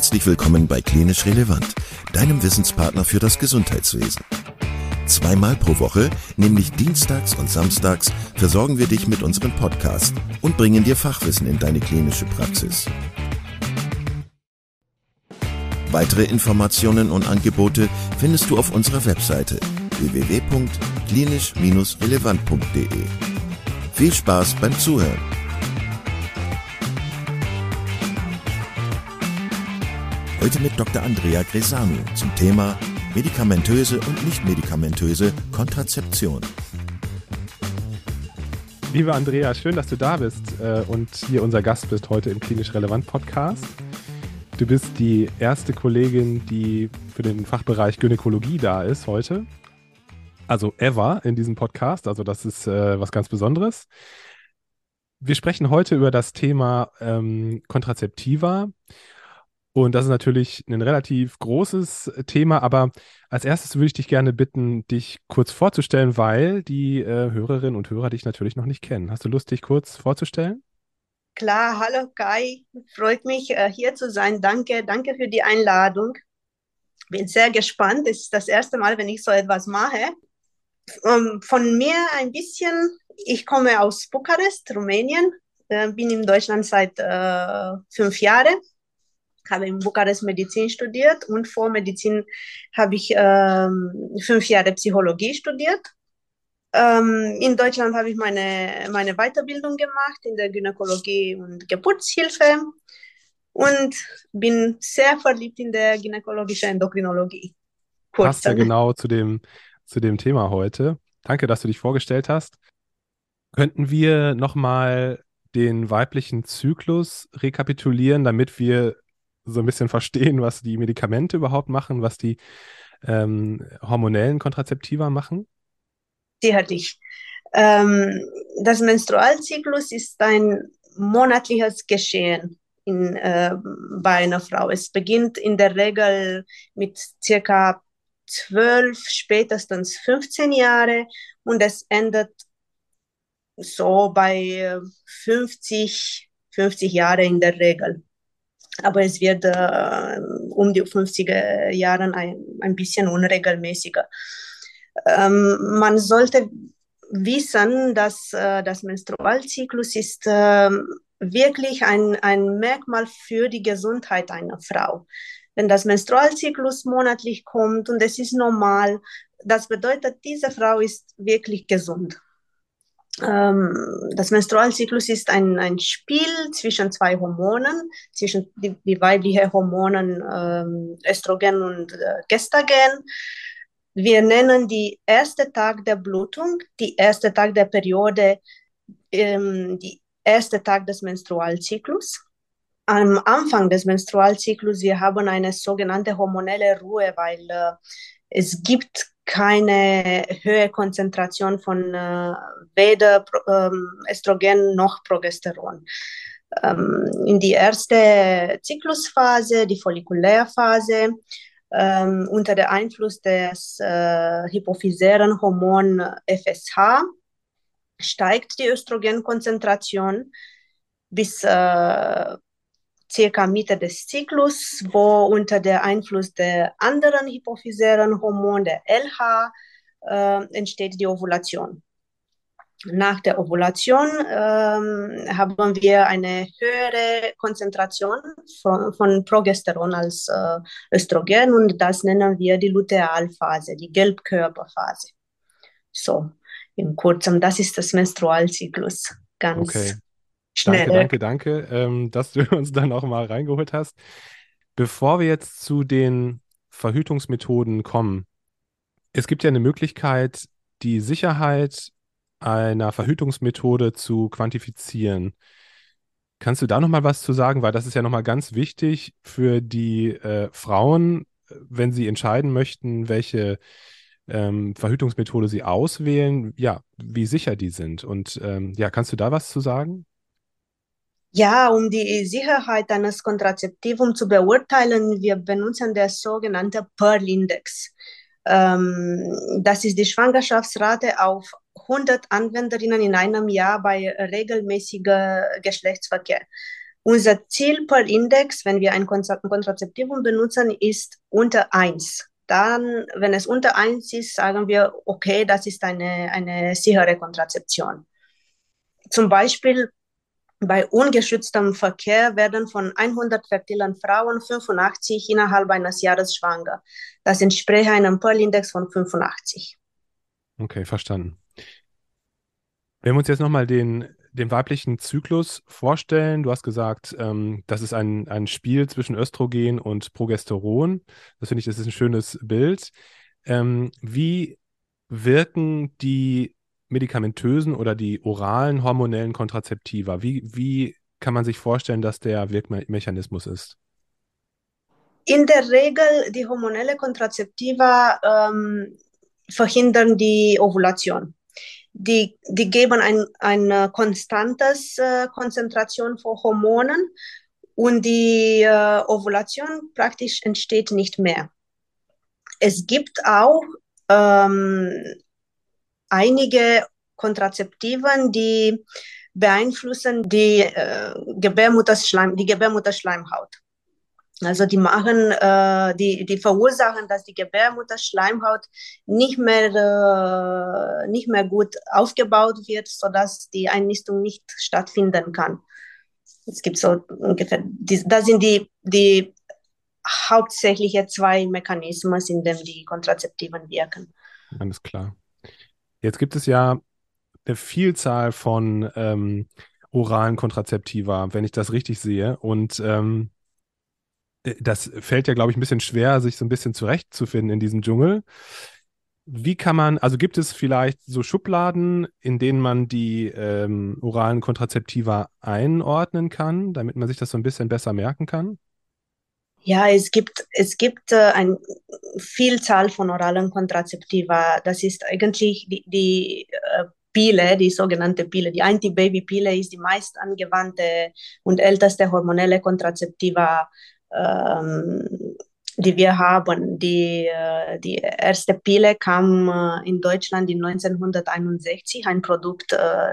Herzlich willkommen bei Klinisch Relevant, deinem Wissenspartner für das Gesundheitswesen. Zweimal pro Woche, nämlich dienstags und samstags, versorgen wir dich mit unserem Podcast und bringen dir Fachwissen in deine klinische Praxis. Weitere Informationen und Angebote findest du auf unserer Webseite www.klinisch-relevant.de. Viel Spaß beim Zuhören! Heute mit Dr. Andrea Gresanu zum Thema medikamentöse und nicht-medikamentöse Kontrazeption. Liebe Andrea, schön, dass du da bist und hier unser Gast bist heute im Klinisch Relevant Podcast. Du bist die erste Kollegin, die für den Fachbereich Gynäkologie da ist heute. Also ever in diesem Podcast, also das ist was ganz Besonderes. Wir sprechen heute über das Thema Kontrazeptiva. Und das ist natürlich ein relativ großes Thema, aber als erstes würde ich dich gerne bitten, dich kurz vorzustellen, weil die Hörerinnen und Hörer dich natürlich noch nicht kennen. Hast du Lust, dich kurz vorzustellen? Klar, hallo Kai, freut mich hier zu sein. Danke für die Einladung. Bin sehr gespannt. Es ist das erste Mal, wenn ich so etwas mache. Von mir ein bisschen, ich komme aus Bukarest, Rumänien, bin in Deutschland seit 5 Jahren. Habe in Bukarest Medizin studiert und vor Medizin habe ich 5 Jahre Psychologie studiert. In Deutschland habe ich meine Weiterbildung gemacht in der Gynäkologie und Geburtshilfe und bin sehr verliebt in der gynäkologischen Endokrinologie. Passt ja genau zu dem Thema heute. Danke, dass du dich vorgestellt hast. Könnten wir nochmal den weiblichen Zyklus rekapitulieren, damit wir so ein bisschen verstehen, was die Medikamente überhaupt machen, was die hormonellen Kontrazeptiva machen? Sicherlich. Das Menstrualzyklus ist ein monatliches Geschehen bei einer Frau. Es beginnt in der Regel mit circa 12, spätestens 15 Jahre und es endet so bei 50 Jahre in der Regel. Aber es wird um die 50er Jahren ein bisschen unregelmäßiger. Man sollte wissen, dass das Menstrualzyklus ist wirklich ein Merkmal für die Gesundheit einer Frau. Wenn das Menstrualzyklus monatlich kommt und es ist normal, das bedeutet, diese Frau ist wirklich gesund. Das Menstrualzyklus ist ein Spiel zwischen 2 Hormonen, zwischen die weiblichen Hormonen Östrogen und Gestagen. Wir nennen die erste Tag der Blutung, die erste Tag der Periode, die erste Tag des Menstrualzyklus. Am Anfang des Menstrualzyklus, wir haben eine sogenannte hormonelle Ruhe, weil es gibt keine höhere Konzentration von weder Östrogen noch Progesteron. In die erste Zyklusphase, die Follikulärphase, unter dem Einfluss des hypophysären Hormon FSH steigt die Östrogenkonzentration bis circa Mitte des Zyklus, wo unter dem Einfluss der anderen hypophysären Hormon, der LH, entsteht die Ovulation. Nach der Ovulation haben wir eine höhere Konzentration von Progesteron als Östrogen und das nennen wir die Lutealphase, die Gelbkörperphase. So, in kurzem, das ist das Menstrualzyklus. Ganz okay. schnell. Danke, dass du uns dann auch mal reingeholt hast. Bevor wir jetzt zu den Verhütungsmethoden kommen, es gibt ja eine Möglichkeit, die Sicherheit einer Verhütungsmethode zu quantifizieren. Kannst du da nochmal was zu sagen? Weil das ist ja nochmal ganz wichtig für die Frauen, wenn sie entscheiden möchten, welche Verhütungsmethode sie auswählen, ja, wie sicher die sind. Und ja, kannst du da was zu sagen? Ja, um die Sicherheit eines Kontrazeptivums zu beurteilen, wir benutzen den sogenannten Pearl-Index. Das ist die Schwangerschaftsrate auf 100 Anwenderinnen in einem Jahr bei regelmäßigem Geschlechtsverkehr. Unser Ziel per Index, wenn wir ein Kontrazeptivum benutzen, ist unter 1. Dann, wenn es unter 1 ist, sagen wir, okay, das ist eine sichere Kontrazeption. Zum Beispiel bei ungeschütztem Verkehr werden von 100 fertilen Frauen 85 innerhalb eines Jahres schwanger. Das entspricht einem Pearl-Index von 85. Okay, verstanden. Wenn wir uns jetzt nochmal den weiblichen Zyklus vorstellen, du hast gesagt, das ist ein Spiel zwischen Östrogen und Progesteron. Das finde ich, das ist ein schönes Bild. Wie wirken die medikamentösen oder die oralen hormonellen Kontrazeptiva? Wie kann man sich vorstellen, dass der Wirkmechanismus ist? In der Regel, die hormonelle Kontrazeptiva verhindern die Ovulation. Die geben ein konstantes Konzentration von Hormonen und die Ovulation praktisch entsteht nicht mehr. Es gibt auch einige Kontrazeptiven, die beeinflussen die Gebärmutterschleimhaut. Also die verursachen, dass die Gebärmutterschleimhaut nicht mehr gut aufgebaut wird, sodass die Einnistung nicht stattfinden kann. Es gibt so ungefähr, das sind die hauptsächliche zwei Mechanismen, in denen die Kontrazeptiven wirken. Alles klar. Jetzt gibt es ja eine Vielzahl von oralen Kontrazeptiva, wenn ich das richtig sehe. Und das fällt ja, glaube ich, ein bisschen schwer, sich so ein bisschen zurechtzufinden in diesem Dschungel. Wie kann man, also gibt es vielleicht so Schubladen, in denen man die oralen Kontrazeptiva einordnen kann, damit man sich das so ein bisschen besser merken kann? Ja, es gibt eine Vielzahl von oralen Kontrazeptiva. Das ist eigentlich die Pille, die sogenannte Pille. Die Anti-Baby-Pille ist die meist angewandte und älteste hormonelle Kontrazeptiva, die wir haben. Die erste Pille kam in Deutschland in 1961, ein Produkt,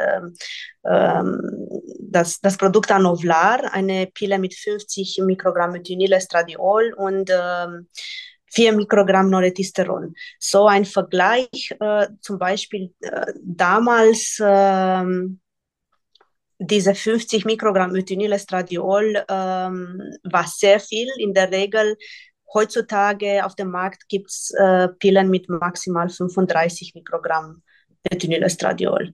das Produkt Anovlar, eine Pille mit 50 Mikrogramm Methynylestradiol und 4 Mikrogramm Noretisteron. So ein Vergleich, zum Beispiel damals diese 50 Mikrogramm Methynylestradiol war sehr viel. In der Regel heutzutage auf dem Markt gibt es Pillen mit maximal 35 Mikrogramm Methynylestradiol.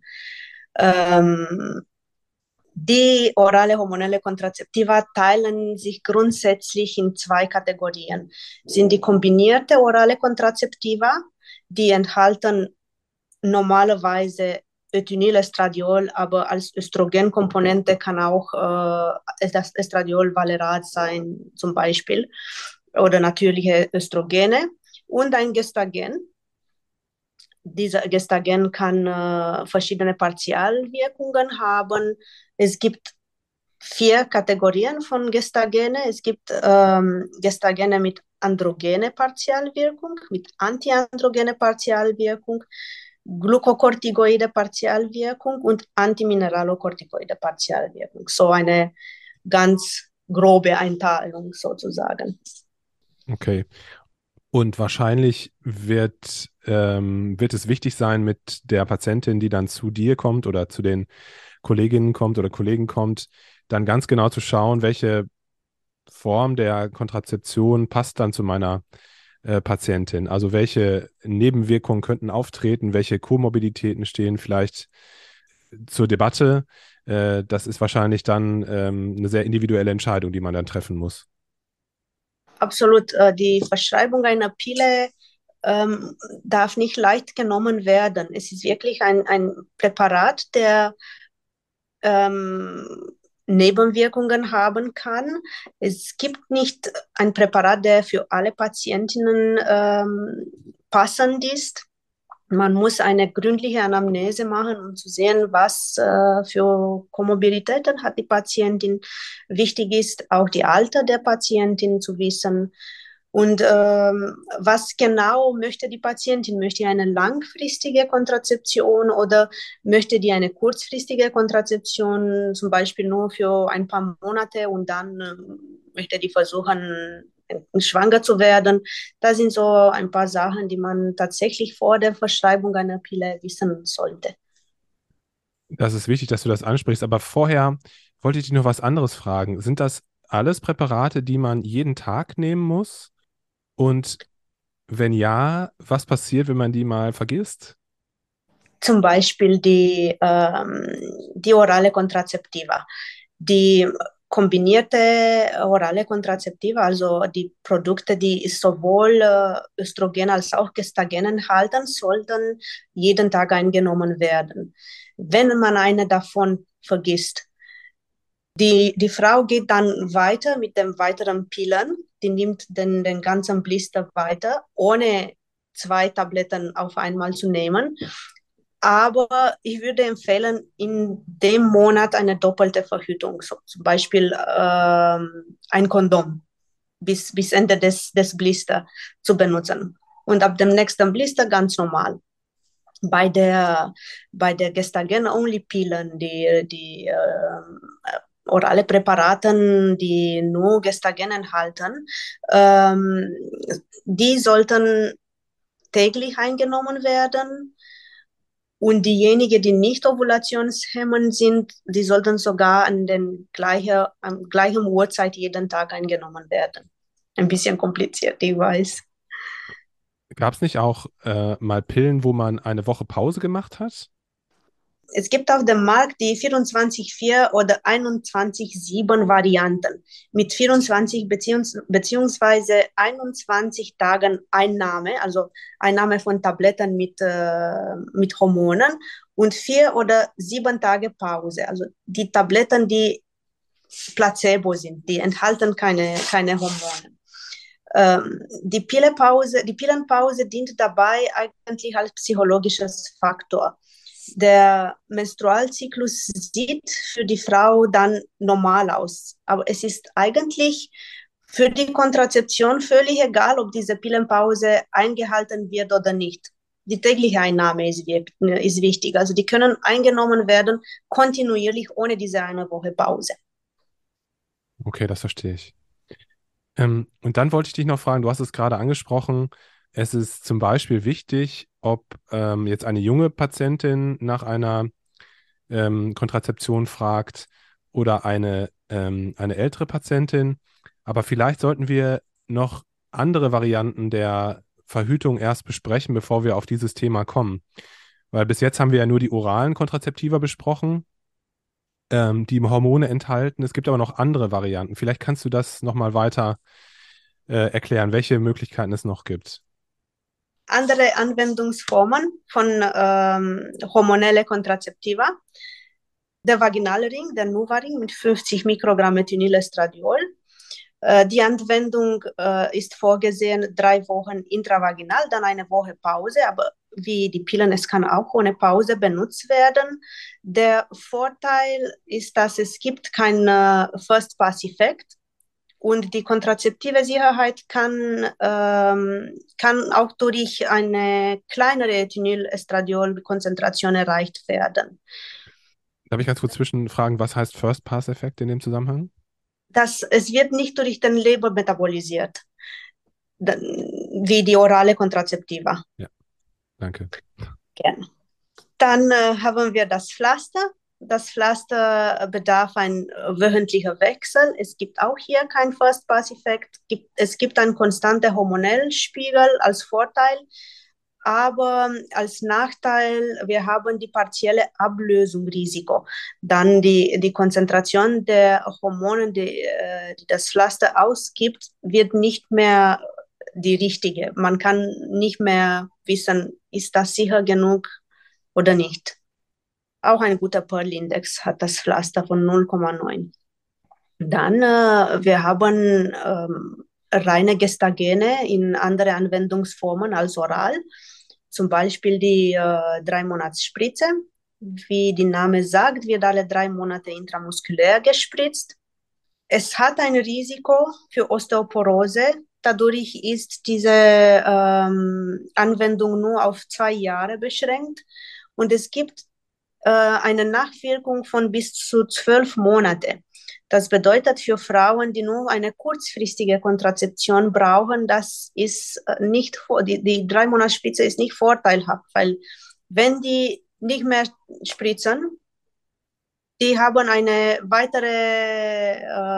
Die orale hormonelle Kontrazeptiva teilen sich grundsätzlich in zwei Kategorien. Sind die kombinierte orale Kontrazeptiva, die enthalten normalerweise Ethinylestradiol, aber als Östrogenkomponente kann auch das Estradiol Valerat sein, zum Beispiel, oder natürliche Östrogene und ein Gestagen. Dieser Gestagen kann verschiedene Partialwirkungen haben. Es gibt 4 Kategorien von Gestagene. Es gibt Gestagene mit androgene Partialwirkung, mit antiandrogene Partialwirkung, Glukokortikoide Partialwirkung und Antimineralokortikoide Partialwirkung. So eine ganz grobe Einteilung sozusagen. Okay. Und wahrscheinlich wird es wichtig sein, mit der Patientin, die dann zu dir kommt oder zu den Kolleginnen kommt oder Kollegen kommt, dann ganz genau zu schauen, welche Form der Kontrazeption passt dann zu meiner Patientin. Also welche Nebenwirkungen könnten auftreten, welche Komorbiditäten stehen vielleicht zur Debatte. Das ist wahrscheinlich dann eine sehr individuelle Entscheidung, die man dann treffen muss. Absolut, die Verschreibung einer Pille darf nicht leicht genommen werden. Es ist wirklich ein Präparat, der Nebenwirkungen haben kann. Es gibt nicht ein Präparat, der für alle Patientinnen passend ist. Man muss eine gründliche Anamnese machen, um zu sehen, was für Komorbiditäten hat die Patientin. Wichtig ist auch die Alter der Patientin zu wissen. Und was genau möchte die Patientin? Möchte die eine langfristige Kontrazeption oder möchte die eine kurzfristige Kontrazeption, zum Beispiel nur für ein paar Monate und dann möchte die versuchen, schwanger zu werden? Das sind so ein paar Sachen, die man tatsächlich vor der Verschreibung einer Pille wissen sollte. Das ist wichtig, dass du das ansprichst. Aber vorher wollte ich dich noch was anderes fragen. Sind das alles Präparate, die man jeden Tag nehmen muss? Und wenn ja, was passiert, wenn man die mal vergisst? Zum Beispiel die orale Kontrazeptiva. Die kombinierte orale Kontrazeptiva, also die Produkte, die sowohl Östrogen als auch Gestagen enthalten, sollten jeden Tag eingenommen werden. Wenn man eine davon vergisst, die Frau geht dann weiter mit den weiteren Pillen, die nimmt den ganzen Blister weiter, ohne 2 Tabletten auf einmal zu nehmen. Aber ich würde empfehlen, in dem Monat eine doppelte Verhütung, so zum Beispiel ein Kondom bis Ende des Blister zu benutzen. Und ab dem nächsten Blister ganz normal. Bei der Gestagen-Only-Pillen, orale Präparaten, die nur Gestagen enthalten, die sollten täglich eingenommen werden. Und diejenigen, die nicht ovulationshemmend sind, die sollten sogar an gleichen Uhrzeit jeden Tag eingenommen werden. Ein bisschen kompliziert, ich weiß. Gab es nicht auch mal Pillen, wo man eine Woche Pause gemacht hat? Es gibt auf dem Markt die 24-4 oder 21-7 Varianten mit 24 beziehungsweise 21 Tagen Einnahme, also Einnahme von Tabletten mit Hormonen und 4 oder 7 Tage Pause. Also die Tabletten, die Placebo sind, die enthalten keine Hormone. Die Pillenpause dient dabei eigentlich als psychologisches Faktor. Der Menstrualzyklus sieht für die Frau dann normal aus. Aber es ist eigentlich für die Kontrazeption völlig egal, ob diese Pillenpause eingehalten wird oder nicht. Die tägliche Einnahme ist wichtig. Also die können eingenommen werden kontinuierlich ohne diese eine Woche Pause. Okay, das verstehe ich. Und dann wollte ich dich noch fragen, du hast es gerade angesprochen, es ist zum Beispiel wichtig, ob jetzt eine junge Patientin nach einer Kontrazeption fragt oder eine ältere Patientin. Aber vielleicht sollten wir noch andere Varianten der Verhütung erst besprechen, bevor wir auf dieses Thema kommen. Weil bis jetzt haben wir ja nur die oralen Kontrazeptiva besprochen, die Hormone enthalten. Es gibt aber noch andere Varianten. Vielleicht kannst du das nochmal weiter erklären, welche Möglichkeiten es noch gibt. Andere Anwendungsformen von hormonelle Kontrazeptiva. Der Vaginalring, der Nuvaring mit 50 Mikrogramm Methynylestradiol. Die Anwendung ist vorgesehen 3 Wochen intravaginal, dann eine Woche Pause, aber wie die Pillen, es kann auch ohne Pause benutzt werden. Der Vorteil ist, dass es gibt keinen First-Pass-Effekt und die kontrazeptive Sicherheit kann auch durch eine kleinere Ethinylestradiol-Konzentration erreicht werden. Darf ich ganz kurz zwischenfragen, was heißt First-Pass-Effekt in dem Zusammenhang? Es wird nicht durch den Leber metabolisiert, wie die orale Kontrazeptiva. Ja, danke. Gerne. Dann haben wir das Pflaster. Das Pflaster bedarf ein wöchentlicher Wechsel. Es gibt auch hier keinen First-Pass-Effekt. Es gibt einen konstanten hormonellen Spiegel als Vorteil, aber als Nachteil, wir haben die partielle Ablösungsrisiko. Dann die Konzentration der Hormone, die das Pflaster ausgibt, wird nicht mehr die richtige. Man kann nicht mehr wissen, ist das sicher genug oder nicht. Auch ein guter Pearl-Index hat das Pflaster von 0,9. Dann, wir haben reine Gestagene in andere Anwendungsformen als oral. Zum Beispiel die 3-Monats-Spritze. Wie der Name sagt, wird alle 3 Monate intramuskulär gespritzt. Es hat ein Risiko für Osteoporose Dadurch ist diese Anwendung nur auf 2 Jahre beschränkt und es gibt eine Nachwirkung von bis zu 12 Monate. Das bedeutet für Frauen, die nur eine kurzfristige Kontrazeption brauchen, das ist nicht, die 3-Monats-Spritze ist nicht vorteilhaft, weil wenn die nicht mehr spritzen, die haben eine weitere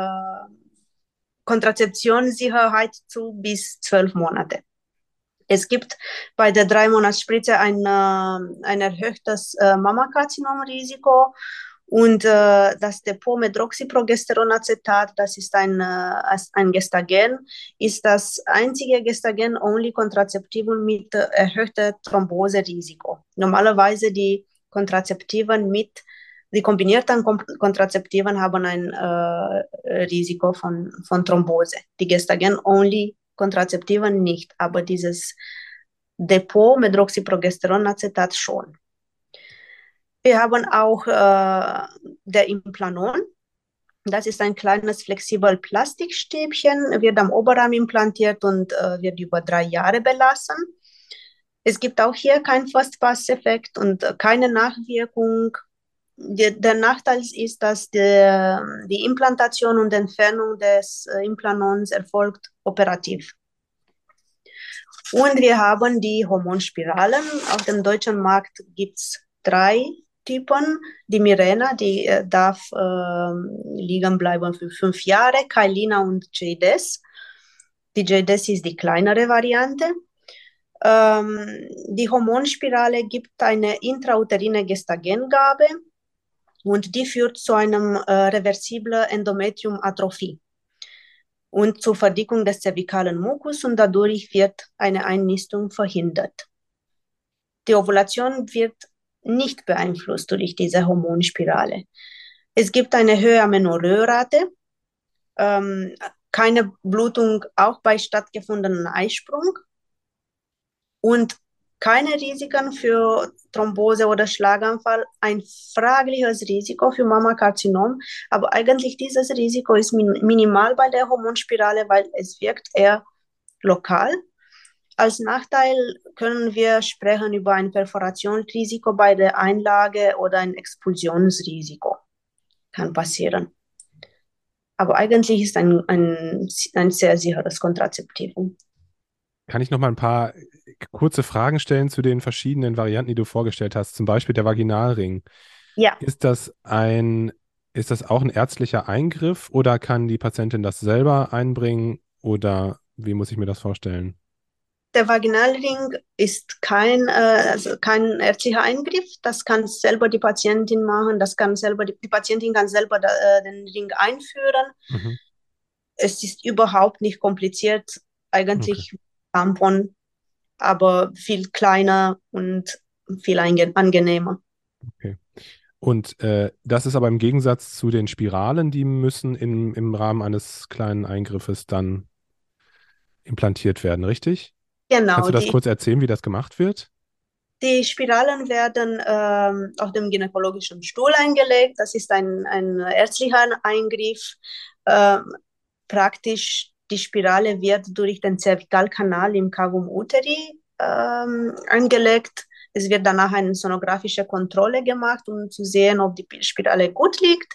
Kontrazeptionssicherheit zu bis 12 Monate. Es gibt bei der 3-Monats-Spritze ein erhöhtes Mammakarzinomrisiko und das Depot-Medroxyprogesteronacetat, das ist ein Gestagen, ist das einzige Gestagen-only-Kontrazeptivum mit erhöhtem Thromboserisiko. Normalerweise die kombinierten Kontrazeptiven haben ein Risiko von Thrombose. Die Gestagen-only-Kontrazeptiven nicht, aber dieses Depot-Medroxyprogesteronacetat schon. Wir haben auch der Implanon. Das ist ein kleines flexibles Plastikstäbchen, wird am Oberarm implantiert und wird über 3 Jahre belassen. Es gibt auch hier keinen Festpasseffekt und keine Nachwirkung. Der Nachteil ist, dass die Implantation und Entfernung des Implanons erfolgt operativ. Und wir haben die Hormonspiralen. Auf dem deutschen Markt gibt es 3 Typen. Die Mirena, die darf liegen bleiben für 5 Jahre, Kyleena und Jaydes. Die Jaydes ist die kleinere Variante. Die Hormonspirale gibt eine intrauterine Gestagengabe und die führt zu einem reversiblen Endometriumatrophie und zur Verdickung des zervikalen Mukus und dadurch wird eine Einnistung verhindert. Die Ovulation wird nicht beeinflusst durch diese Hormonspirale. Es gibt eine höhere Amenorrhoerate, keine Blutung auch bei stattgefundenen Eisprung und keine Risiken für Thrombose oder Schlaganfall, ein fragliches Risiko für Mammakarzinom, aber eigentlich dieses Risiko ist minimal bei der Hormonspirale, weil es wirkt eher lokal. Als Nachteil können wir sprechen über ein Perforationsrisiko bei der Einlage oder ein Expulsionsrisiko. Kann passieren. Aber eigentlich ist ein sehr sicheres Kontrazeptivum. Kann ich noch mal ein paar kurze Fragen stellen zu den verschiedenen Varianten, die du vorgestellt hast, zum Beispiel der Vaginalring? Ja. Ist das auch ein ärztlicher Eingriff oder kann die Patientin das selber einbringen oder wie muss ich mir das vorstellen? Der Vaginalring ist kein ärztlicher Eingriff. Das kann selber die Patientin machen. Die Patientin kann selber den Ring einführen. Mhm. Es ist überhaupt nicht kompliziert. Eigentlich Tampon, aber viel kleiner und viel angenehmer. Okay. Und das ist aber im Gegensatz zu den Spiralen, die müssen im Rahmen eines kleinen Eingriffes dann implantiert werden, richtig? Kannst Genau, du das kurz erzählen, wie das gemacht wird? die Spiralen werden auf dem gynäkologischen Stuhl eingelegt. Das ist ein ärztlicher Eingriff. Praktisch die Spirale wird durch den Zervikalkanal im Cavum uteri eingelegt. Es wird danach eine sonografische Kontrolle gemacht, um zu sehen, ob die Spirale gut liegt.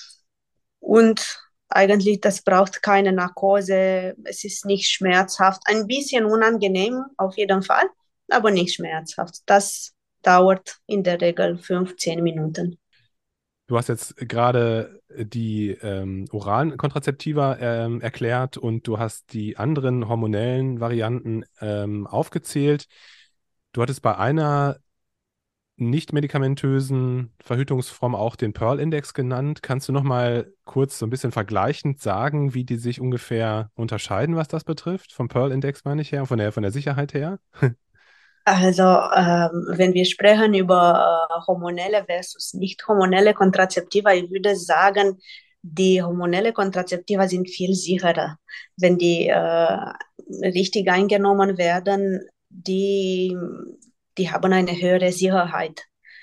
Und eigentlich, das braucht keine Narkose. Es ist nicht schmerzhaft. Ein bisschen unangenehm auf jeden Fall, aber nicht schmerzhaft. Das dauert in der Regel 15 Minuten. Du hast jetzt gerade die oralen Kontrazeptiva erklärt und du hast die anderen hormonellen Varianten aufgezählt. Du hattest bei einer nicht medikamentösen Verhütungsform auch den Pearl-Index genannt. Kannst du noch mal kurz so ein bisschen vergleichend sagen, wie die sich ungefähr unterscheiden, was das betrifft? Vom Pearl-Index meine ich her, von der Sicherheit her? Also, wenn wir sprechen über hormonelle versus nicht hormonelle Kontrazeptiva, ich würde sagen, die hormonelle Kontrazeptiva sind viel sicherer. Wenn die richtig eingenommen werden, die haben eine höhere Sicherheit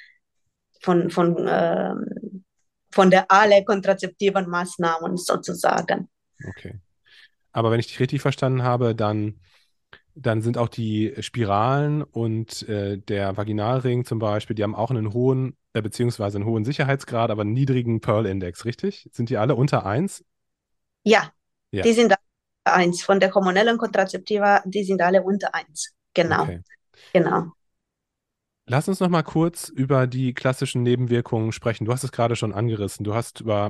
von der alle kontrazeptiven Maßnahmen sozusagen. Okay. Aber wenn ich dich richtig verstanden habe, dann sind auch die Spiralen und der Vaginalring zum Beispiel, die haben auch einen hohen, beziehungsweise einen hohen Sicherheitsgrad, aber einen niedrigen Pearl-Index, richtig? Sind die alle unter 1? Ja, Ja, die sind alle unter 1. Von der hormonellen Kontrazeptiva, die sind alle unter 1. Genau, okay. genau. Lass uns noch mal kurz über die klassischen Nebenwirkungen sprechen. Du hast es gerade schon angerissen. Du hast über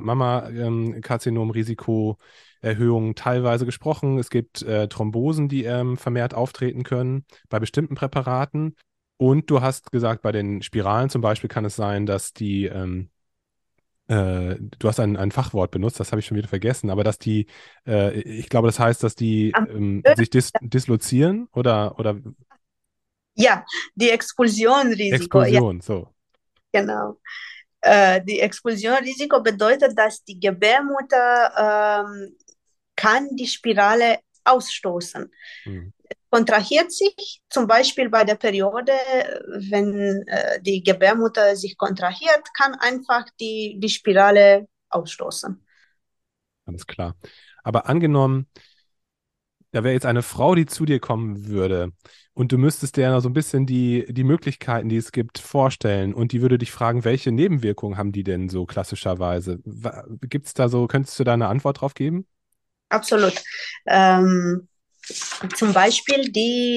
Mama-Karzinom-Risikoerhöhungen teilweise gesprochen. Es gibt Thrombosen, die vermehrt auftreten können bei bestimmten Präparaten. Und du hast gesagt, bei den Spiralen zum Beispiel kann es sein, dass du hast ein Fachwort benutzt, das habe ich schon wieder vergessen, aber dass ich glaube, das heißt, dass die Am- sich dislozieren oder Ja, die Expulsionrisiko, ja, Explosion, so. genau. Die Expulsionrisiko bedeutet, dass die Gebärmutter kann die Spirale ausstoßen. Hm. Kontrahiert sich zum Beispiel bei der Periode, wenn die Gebärmutter sich kontrahiert, kann einfach die Spirale ausstoßen. Alles klar. Aber angenommen, da wäre jetzt eine Frau, die zu dir kommen würde und du müsstest dir so ein bisschen die Möglichkeiten, die es gibt, vorstellen und die würde dich fragen, welche Nebenwirkungen haben die denn so klassischerweise? Gibt es da so, könntest du da eine Antwort drauf geben? Absolut. Ähm, Zum Beispiel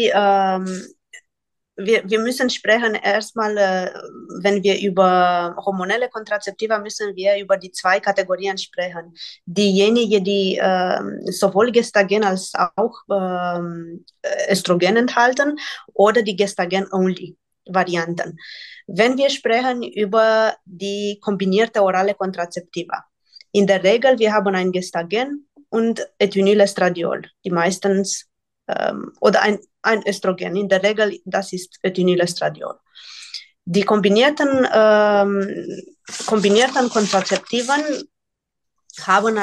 wir müssen sprechen erstmal, wenn wir über hormonelle Kontrazeptiva müssen wir über die zwei Kategorien sprechen. Diejenige, die sowohl Gestagen als auch Östrogen enthalten oder die Gestagen-only-Varianten. Wenn wir sprechen über die kombinierte orale Kontrazeptiva, in der Regel wir haben ein Gestagen und Ethinylestradiol, die meistens oder ein Östrogen. In der Regel, das ist Ethinylestradiol. Die kombinierten Kontrazeptiven haben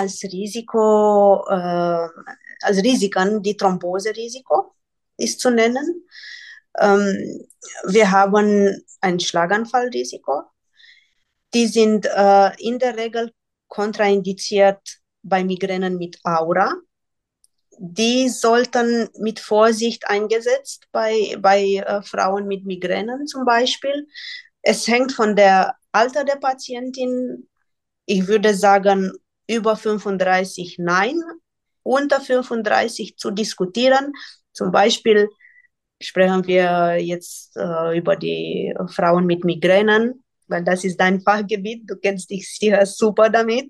als Risiken die Thromboserisiko ist zu nennen. Wir haben ein Schlaganfallrisiko. Die sind in der Regel kontraindiziert bei Migränen mit Aura. Die sollten mit Vorsicht eingesetzt bei Frauen mit Migränen zum Beispiel. Es hängt von der Alter der Patientin. Ich würde sagen, über 35 nein, unter 35 zu diskutieren. Zum Beispiel sprechen wir jetzt über die Frauen mit Migränen, weil das ist dein Fachgebiet. Du kennst dich sicher super damit.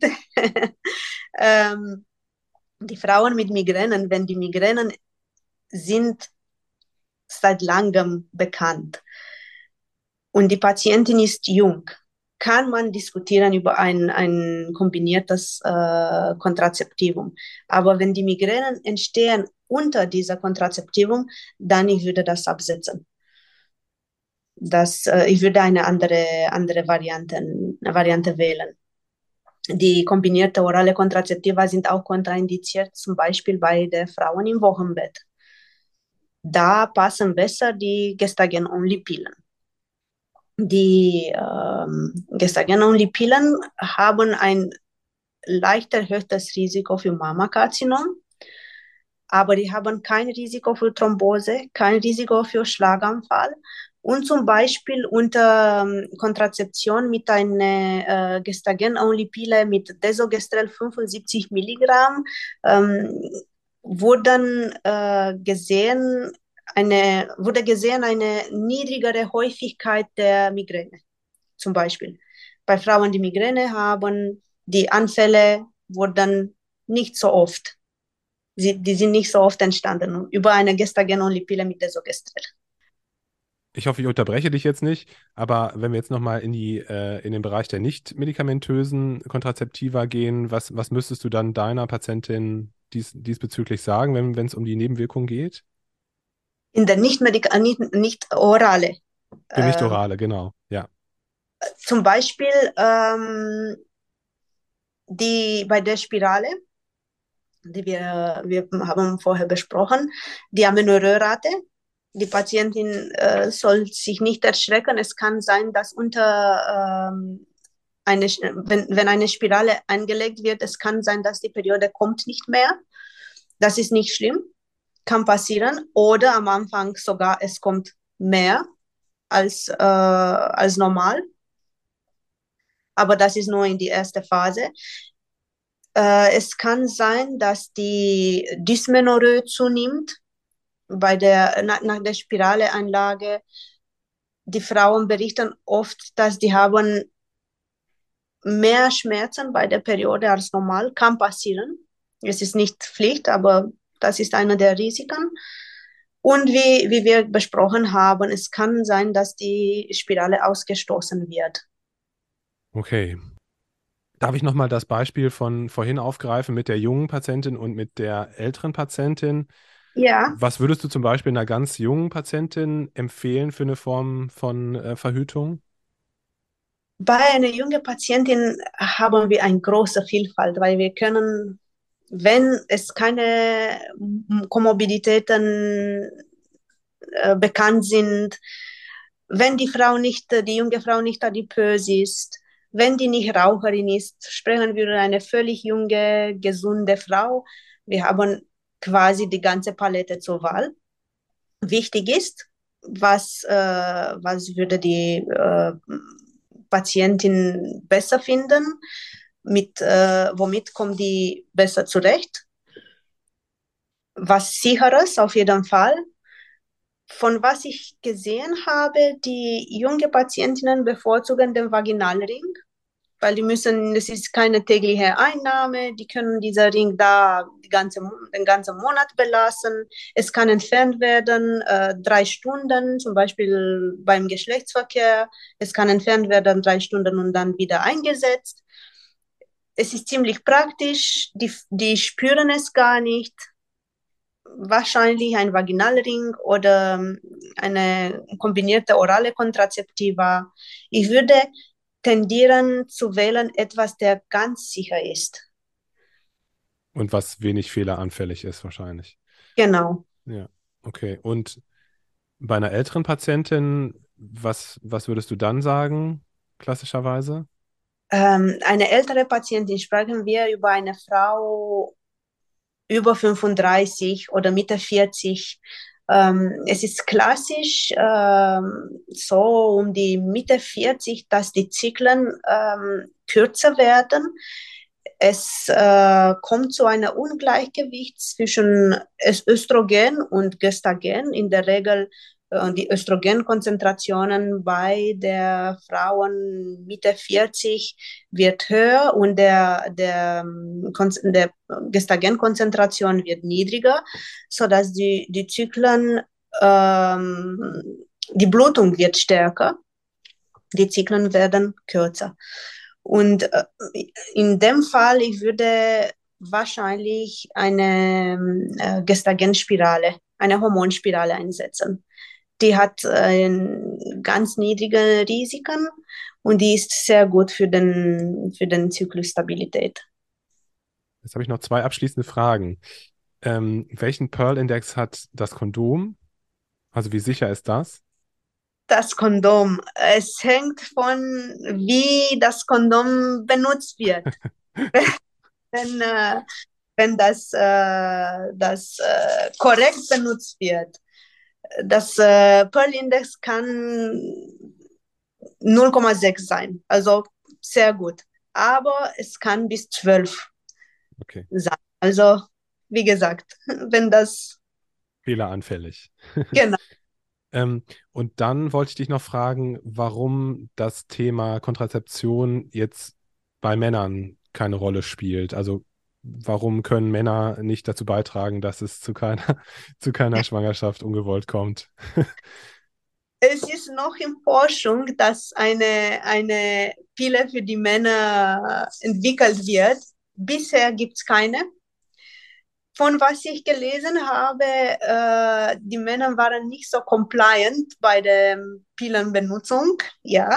ähm, die Frauen mit Migränen, wenn die Migränen sind seit langem bekannt und die Patientin ist jung, kann man diskutieren über ein kombiniertes Kontrazeptivum. Aber wenn die Migränen entstehen unter dieser Kontrazeptivum, dann ich würde das absetzen. Ich würde eine andere Variante wählen. Die kombinierte orale Kontrazeptiva sind auch kontraindiziert, zum Beispiel bei den Frauen im Wochenbett. Da passen besser die Gestagen-Only-Pillen. Die Gestagen-Only-Pillen haben ein leicht erhöhtes Risiko für Mammakarzinom, aber die haben kein Risiko für Thrombose, kein Risiko für Schlaganfall. Und zum Beispiel unter Kontrazeption mit einer Gestagen-Only-Pille mit Desogestrel 75 Milligramm wurden, wurde gesehen eine niedrigere Häufigkeit der Migräne. Zum Beispiel bei Frauen, die Migräne haben, die Anfälle wurden nicht so oft, die sind nicht so oft entstanden über eine Gestagen-Only-Pille mit Desogestrel. Ich hoffe, ich unterbreche dich jetzt nicht, aber wenn wir jetzt nochmal in den Bereich der nicht medikamentösen Kontrazeptiva gehen, was müsstest du dann deiner Patientin diesbezüglich sagen, wenn es um die Nebenwirkungen geht? In der nicht orale. Für Ähm, nicht-orale, genau, ja. Zum Beispiel bei der Spirale, wir haben vorher besprochen, die Amenorrhoerate. Die Patientin soll sich nicht erschrecken. Es kann sein, dass wenn eine Spirale eingelegt wird, es kann sein, dass die Periode kommt nicht mehr. Das ist nicht schlimm, kann passieren. Oder am Anfang sogar, es kommt mehr als normal. Aber das ist nur in die erste Phase. Es kann sein, dass die Dysmenorrhoe zunimmt nach der Spiraleanlage. Die Frauen berichten oft, dass die haben mehr Schmerzen bei der Periode als normal. Kann passieren. Es ist nicht Pflicht, aber das ist einer der Risiken. Und wie wir besprochen haben, es kann sein, dass die Spirale ausgestoßen wird. Okay. Darf ich nochmal das Beispiel von vorhin aufgreifen mit der jungen Patientin und mit der älteren Patientin? Ja, Was würdest du zum Beispiel einer ganz jungen Patientin empfehlen für eine Form von Verhütung? bei einer jungen Patientin haben wir eine große Vielfalt, weil wir können, wenn es keine Komorbiditäten bekannt sind, wenn die junge Frau nicht adipös ist, wenn die nicht Raucherin ist, sprechen wir über eine völlig junge, gesunde Frau. Wir haben quasi die ganze Palette zur Wahl. Wichtig ist, was würde die Patientin besser finden, womit kommt die besser zurecht, was sicheres auf jeden Fall. Von was ich gesehen habe, die jungen Patientinnen bevorzugen den Vaginalring, weil das ist keine tägliche Einnahme, die können diesen Ring da den ganzen Monat belassen. Es kann entfernt werden, 3 Stunden, zum Beispiel beim Geschlechtsverkehr. Es kann entfernt werden, 3 Stunden und dann wieder eingesetzt. Es ist ziemlich praktisch, die spüren es gar nicht. Wahrscheinlich ein Vaginalring oder eine kombinierte orale Kontrazeptiva. Ich würde tendieren zu wählen etwas, der ganz sicher ist. Und was wenig fehleranfällig ist wahrscheinlich. Genau. Ja, okay. Und bei einer älteren Patientin, was würdest du dann sagen, klassischerweise? Eine ältere Patientin, sprechen wir über eine Frau über 35 oder Mitte 40. Es ist klassisch so um die Mitte 40, dass die Zyklen kürzer werden. Es kommt zu einem Ungleichgewicht zwischen Östrogen und Gestagen. In der Regel die Östrogenkonzentrationen bei der Frauen Mitte 40 wird höher und der Gestagenkonzentration wird niedriger, sodass die Zyklen, die Blutung wird stärker, die Zyklen werden kürzer. Und in dem Fall, ich würde wahrscheinlich eine Gestagenspirale, eine Hormonspirale einsetzen. Die hat ganz niedrige Risiken und die ist sehr gut für den Zyklusstabilität. Jetzt habe ich noch zwei abschließende Fragen. Welchen Pearl-Index hat das Kondom? Also wie sicher ist das? Das Kondom, es hängt von, wie das Kondom benutzt wird. Wenn, wenn das korrekt benutzt wird. Das Pearl-Index kann 0,6 sein, also sehr gut. Aber es kann bis 12 Okay, sein. Also, wie gesagt, wenn das, fehleranfällig. genau. Und dann wollte ich dich noch fragen, warum das Thema Kontrazeption jetzt bei Männern keine Rolle spielt. Also warum können Männer nicht dazu beitragen, dass es zu keiner, zu keiner Schwangerschaft ungewollt kommt? Es ist noch in Forschung, dass eine Pille für die Männer entwickelt wird. Bisher gibt es keine. Von was ich gelesen habe, die Männer waren nicht so compliant bei der Pillenbenutzung. Ja,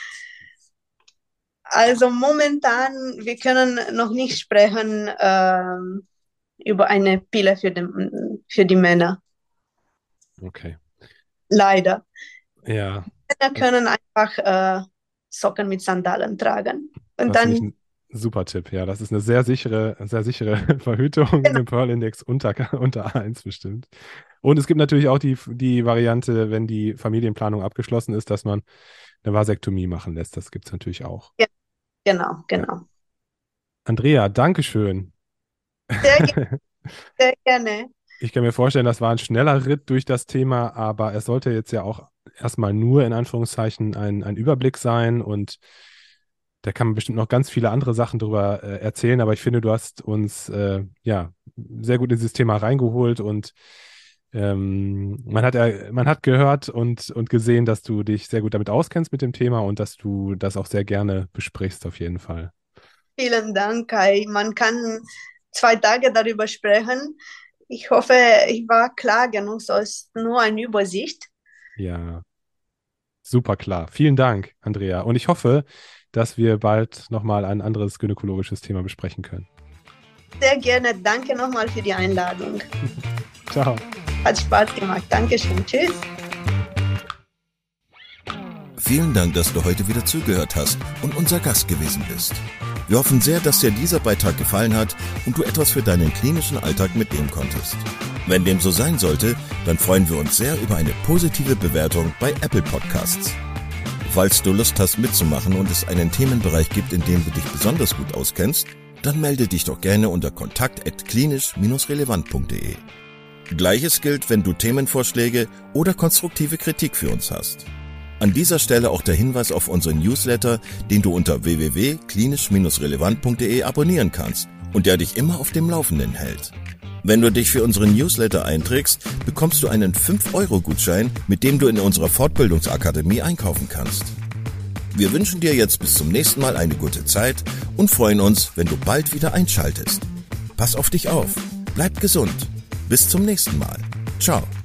also momentan, wir können noch nicht sprechen über eine Pille für die Männer. Okay. Leider. Ja, Männer können einfach Socken mit Sandalen tragen. Und was nicht dann, Super Tipp, ja. Das ist eine sehr sichere Verhütung mit dem Pearl-Index unter 1 bestimmt. Und es gibt natürlich auch die Variante, wenn die Familienplanung abgeschlossen ist, dass man eine Vasektomie machen lässt. Das gibt es natürlich auch. Ja, genau. Ja. Andrea, Dankeschön. Sehr gerne. Ich kann mir vorstellen, das war ein schneller Ritt durch das Thema, aber es sollte jetzt ja auch erstmal nur in Anführungszeichen ein Überblick sein und da kann man bestimmt noch ganz viele andere Sachen drüber erzählen, aber ich finde, du hast uns sehr gut in dieses Thema reingeholt und man hat gehört und gesehen, dass du dich sehr gut damit auskennst mit dem Thema und dass du das auch sehr gerne besprichst auf jeden Fall. Vielen Dank, Kai. Man kann 2 Tage darüber sprechen. Ich hoffe, ich war klar genug, so ist nur eine Übersicht. Ja, super klar. Vielen Dank, Andrea. Und ich hoffe, dass wir bald nochmal ein anderes gynäkologisches Thema besprechen können. Sehr gerne. Danke nochmal für die Einladung. Ciao. Hat Spaß gemacht. Dankeschön. Tschüss. Vielen Dank, dass du heute wieder zugehört hast und unser Gast gewesen bist. Wir hoffen sehr, dass dir dieser Beitrag gefallen hat und du etwas für deinen klinischen Alltag mitnehmen konntest. Wenn dem so sein sollte, dann freuen wir uns sehr über eine positive Bewertung bei Apple Podcasts. Falls du Lust hast mitzumachen und es einen Themenbereich gibt, in dem du dich besonders gut auskennst, dann melde dich doch gerne unter kontakt@klinisch-relevant.de. Gleiches gilt, wenn du Themenvorschläge oder konstruktive Kritik für uns hast. An dieser Stelle auch der Hinweis auf unseren Newsletter, den du unter www.klinisch-relevant.de abonnieren kannst und der dich immer auf dem Laufenden hält. Wenn du dich für unseren Newsletter einträgst, bekommst du einen 5-Euro-Gutschein, mit dem du in unserer Fortbildungsakademie einkaufen kannst. Wir wünschen dir jetzt bis zum nächsten Mal eine gute Zeit und freuen uns, wenn du bald wieder einschaltest. Pass auf dich auf, bleib gesund. Bis zum nächsten Mal. Ciao.